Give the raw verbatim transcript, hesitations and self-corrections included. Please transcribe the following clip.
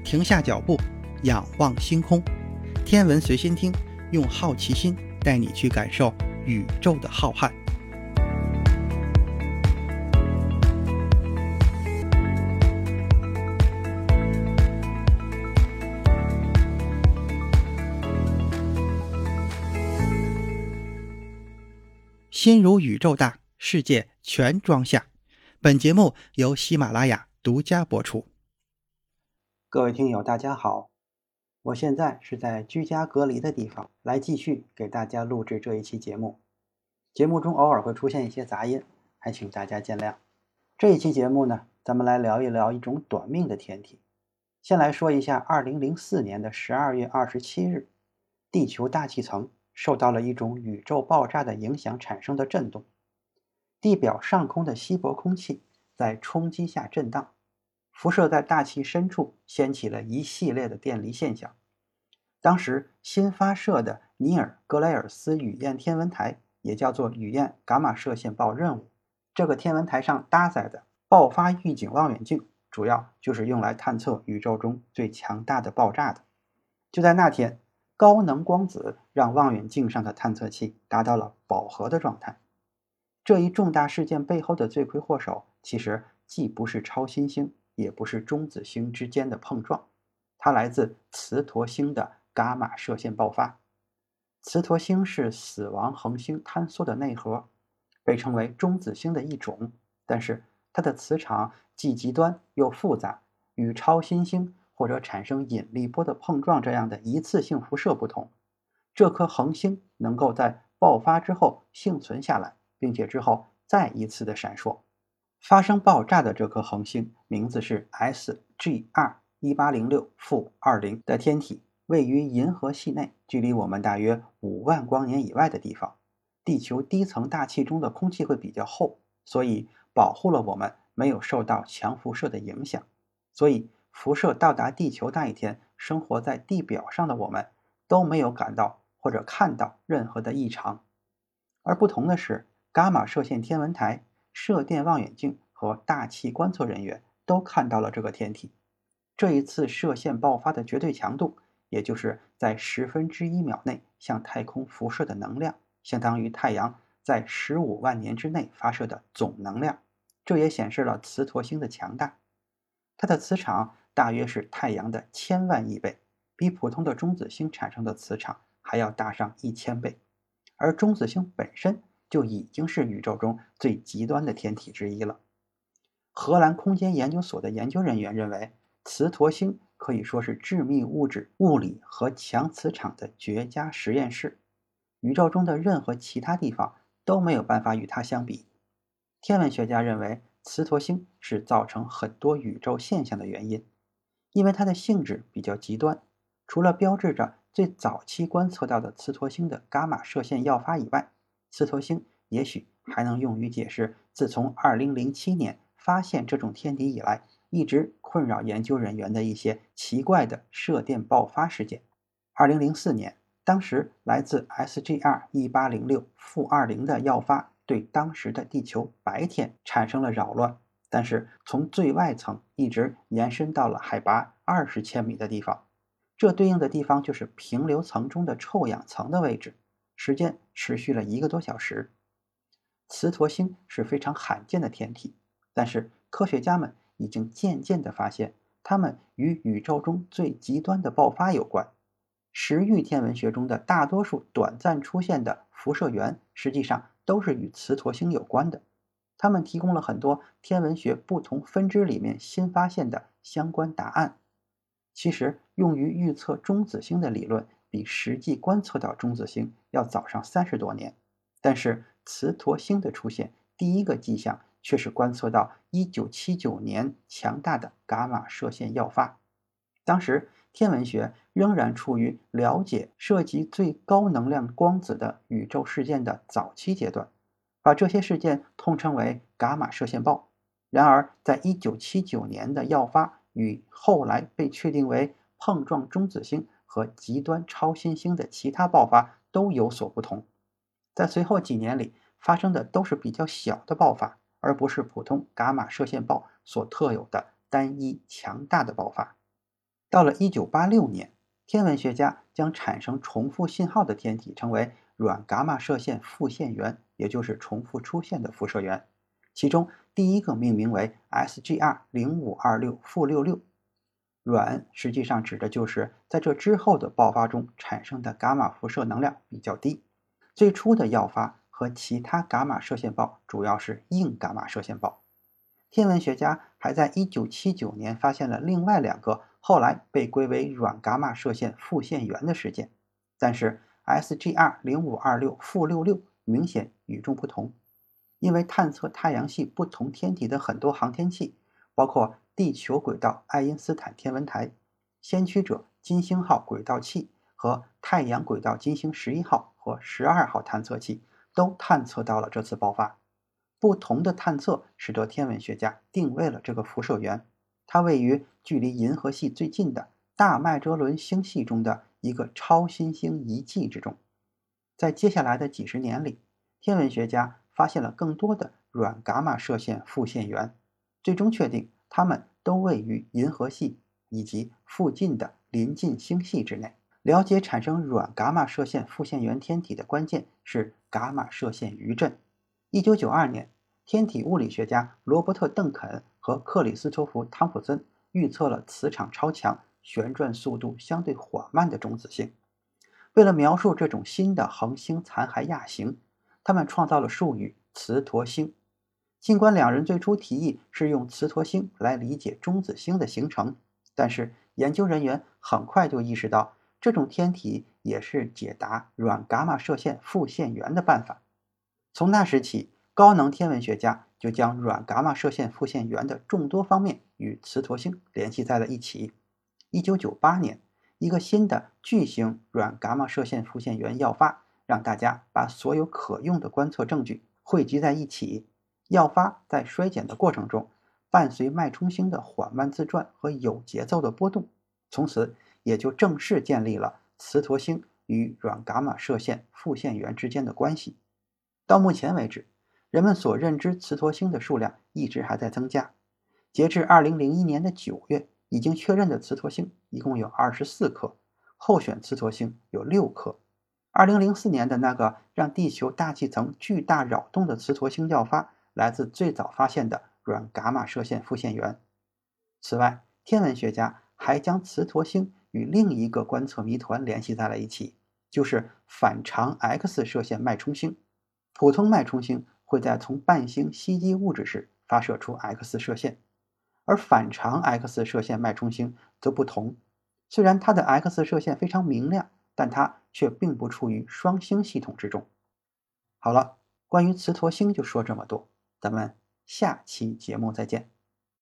停下脚步，仰望星空。天文随心听，用好奇心带你去感受宇宙的浩瀚。心如宇宙大，世界全装下。本节目由喜马拉雅独家播出。各位听友大家好，我现在是在居家隔离的地方来继续给大家录制这一期节目。节目中偶尔会出现一些杂音，还请大家见谅。这一期节目呢，咱们来聊一聊一种短命的天体。先来说一下二零零四年的十二月二十七日，地球大气层受到了一种宇宙爆炸的影响产生的震动，地表上空的稀薄空气在冲击下震荡，辐射在大气深处掀起了一系列的电离现象。当时新发射的尼尔·格雷尔斯雨燕天文台，也叫做雨燕伽马射线暴任务，这个天文台上搭载的爆发预警望远镜，主要就是用来探测宇宙中最强大的爆炸的。就在那天，高能光子让望远镜上的探测器达到了饱和的状态。这一重大事件背后的罪魁祸首，其实既不是超新星，也不是中子星之间的碰撞，它来自磁陀星的伽马射线爆发。磁陀星是死亡恒星坍缩的内核，被称为中子星的一种，但是它的磁场既极端又复杂，与超新星或者产生引力波的碰撞这样的一次性辐射不同，这颗恒星能够在爆发之后幸存下来，并且之后再一次的闪烁。发生爆炸的这颗恒星名字是 S G R 一八零六 二零 的天体，位于银河系内，距离我们大约五万光年以外的地方。地球低层大气中的空气会比较厚，所以保护了我们没有受到强辐射的影响。所以辐射到达地球那一天，生活在地表上的我们都没有感到或者看到任何的异常。而不同的是，伽马射线天文台、射电望远镜和大气观测人员都看到了这个天体。这一次射线爆发的绝对强度，也就是在十分之一秒内向太空辐射的能量，相当于太阳在十五万年之内发射的总能量。这也显示了磁陀星的强大。它的磁场大约是太阳的千万亿倍，比普通的中子星产生的磁场还要大上一千倍。而中子星本身就已经是宇宙中最极端的天体之一了。荷兰空间研究所的研究人员认为，磁陀星可以说是致密物质物理和强磁场的绝佳实验室，宇宙中的任何其他地方都没有办法与它相比。天文学家认为，磁陀星是造成很多宇宙现象的原因，因为它的性质比较极端，除了标志着最早期观测到的磁陀星的伽马射线耀发以外，磁陀星也许还能用于解释自从二零零七年发现这种天体以来，一直困扰研究人员的一些奇怪的射电爆发事件。二零零四年，当时来自 S G R 一八零六 二零 的耀发对当时的地球白天产生了扰乱，但是从最外层一直延伸到了海拔二十千米的地方，这对应的地方就是平流层中的臭氧层的位置，时间持续了一个多小时。磁陀星是非常罕见的天体，但是科学家们已经渐渐地发现，它们与宇宙中最极端的爆发有关。时域天文学中的大多数短暂出现的辐射源，实际上都是与磁陀星有关的。它们提供了很多天文学不同分支里面新发现的相关答案。其实，用于预测中子星的理论比实际观测到中子星要早上三十多年，但是磁陀星的出现，第一个迹象却是观测到一九七九年强大的伽马射线耀发。当时天文学仍然处于了解涉及最高能量光子的宇宙事件的早期阶段，把这些事件通称为伽马射线暴。然而在一九七九年的耀发与后来被确定为碰撞中子星和极端超新星的其他爆发都有所不同。在随后几年里发生的都是比较小的爆发，而不是普通伽马射线暴所特有的单一强大的爆发。 到了一九八六年，天文学家将产生重复信号的天体称为软伽马射线复现源，也就是重复出现的辐射源。其中第一个命名为 S G R 零五二六 六六，软实际上指的就是在这之后的爆发中产生的伽马辐射能量比较低。最初的耀发和其他伽马射线暴主要是硬伽马射线暴。天文学家还在一九七九年发现了另外两个后来被归为软伽马射线复现源的事件，但是 S G R 零五二六 六六明显与众不同。因为探测太阳系不同天体的很多航天器，包括地球轨道爱因斯坦天文台、先驱者金星号轨道器和太阳轨道金星十一号和十二号探测器，都探测到了这次爆发。不同的探测使得天文学家定位了这个辐射源，它位于距离银河系最近的大麦哲伦星系中的一个超新星遗迹之中。在接下来的几十年里，天文学家发现了更多的软伽马射线复现源，最终确定它们都位于银河系以及附近的邻近星系之内。了解产生软伽马射线复现源天体的关键是伽马射线余震。一九九二年，天体物理学家罗伯特·邓肯和克里斯托弗·汤普森预测了磁场超强、旋转速度相对缓慢的中子星。为了描述这种新的恒星残骸亚型，他们创造了术语磁陀星。尽管两人最初提议是用磁陀星来理解中子星的形成，但是研究人员很快就意识到，这种天体也是解答软伽马射线复现源的办法。从那时起，高能天文学家就将软伽马射线复现源的众多方面与磁陀星联系在了一起。一九九八年，一个新的巨型软伽马射线复现源耀发，让大家把所有可用的观测证据汇集在一起。耀发在衰减的过程中，伴随脉冲星的缓慢自转和有节奏的波动，从此也就正式建立了磁陀星与软伽马射线复现源之间的关系。到目前为止，人们所认知磁陀星的数量一直还在增加。截至二零零一年的九月，已经确认的磁陀星一共有二十四颗，候选磁陀星有六颗。二零零四年的那个让地球大气层巨大扰动的磁陀星耀发，来自最早发现的软伽马射线复现源。此外，天文学家还将磁陀星与另一个观测谜团联系在了一起，就是反常 X 射线脉冲星。普通脉冲星会在从伴星吸积物质时发射出 X 射线，而反常 X 射线脉冲星则不同。虽然它的 X 射线非常明亮，但它却并不处于双星系统之中。好了，关于磁陀星就说这么多，咱们下期节目再见。